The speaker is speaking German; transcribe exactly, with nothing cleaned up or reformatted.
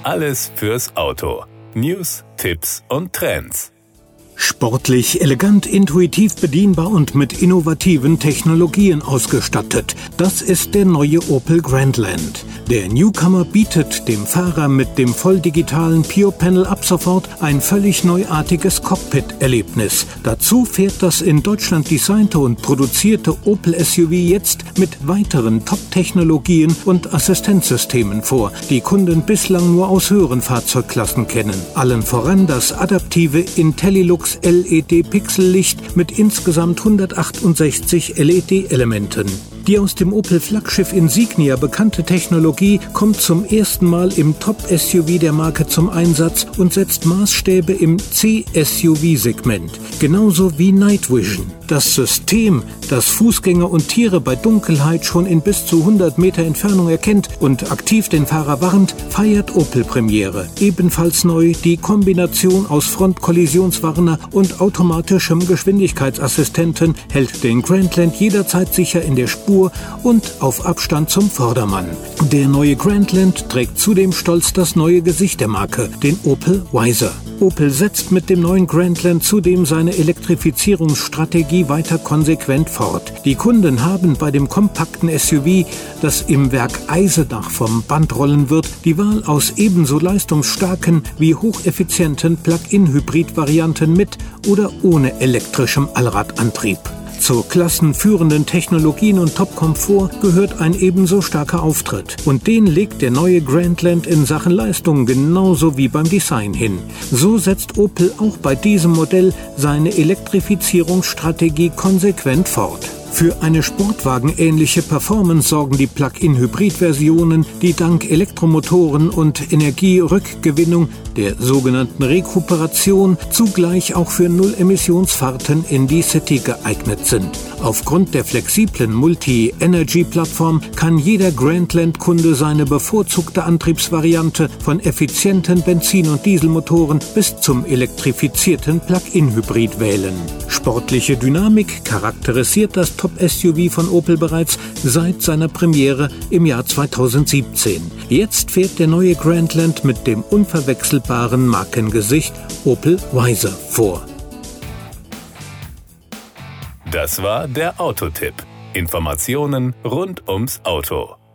Alles fürs Auto. News, Tipps und Trends. Sportlich, elegant, intuitiv bedienbar und mit innovativen Technologien ausgestattet. Das ist der neue Opel Grandland. Der Newcomer bietet dem Fahrer mit dem volldigitalen Pure-Panel ab sofort ein völlig neuartiges Cockpit-Erlebnis. Dazu fährt das in Deutschland designte und produzierte Opel S U V jetzt mit weiteren Top-Technologien und Assistenzsystemen vor, die Kunden bislang nur aus höheren Fahrzeugklassen kennen. Allen voran das adaptive IntelliLux L E D-Pixellicht mit insgesamt hundertachtundsechzig L E D-Elementen. Die aus dem Opel-Flaggschiff Insignia bekannte Technologie kommt zum ersten Mal im Top-S U V der Marke zum Einsatz und setzt Maßstäbe im C-S U V-Segment, genauso wie Night Vision. Das System, das Fußgänger und Tiere bei Dunkelheit schon in bis zu hundert Meter Entfernung erkennt und aktiv den Fahrer warnt, feiert Opel Premiere. Ebenfalls neu die Kombination aus Frontkollisionswarner und automatischem Geschwindigkeitsassistenten hält den Grandland jederzeit sicher in der Spur und auf Abstand zum Vordermann. Der neue Grandland trägt zudem stolz das neue Gesicht der Marke, den Opel Wiser. Opel setzt mit dem neuen Grandland zudem seine Elektrifizierungsstrategie weiter konsequent fort. Die Kunden haben bei dem kompakten S U V, das im Werk Eisenach vom Band rollen wird, die Wahl aus ebenso leistungsstarken wie hocheffizienten Plug-in-Hybrid-Varianten mit oder ohne elektrischem Allradantrieb. Zur klassenführenden Technologien und Top-Komfort gehört ein ebenso starker Auftritt. Und den legt der neue Grandland in Sachen Leistung genauso wie beim Design hin. So setzt Opel auch bei diesem Modell seine Elektrifizierungsstrategie konsequent fort. Für eine Sportwagen-ähnliche Performance sorgen die Plug-in-Hybrid-Versionen, die dank Elektromotoren und Energierückgewinnung, der sogenannten Rekuperation, zugleich auch für Null-Emissionsfahrten in die City geeignet sind. Aufgrund der flexiblen Multi-Energy-Plattform kann jeder Grandland-Kunde seine bevorzugte Antriebsvariante von effizienten Benzin- und Dieselmotoren bis zum elektrifizierten Plug-in-Hybrid wählen. Sportliche Dynamik charakterisiert das Top-S U V von Opel bereits seit seiner Premiere im Jahr zweitausendsiebzehn. Jetzt fährt der neue Grandland mit dem unverwechselbaren Markengesicht Opel Wiser vor. Das war der Autotipp. Informationen rund ums Auto.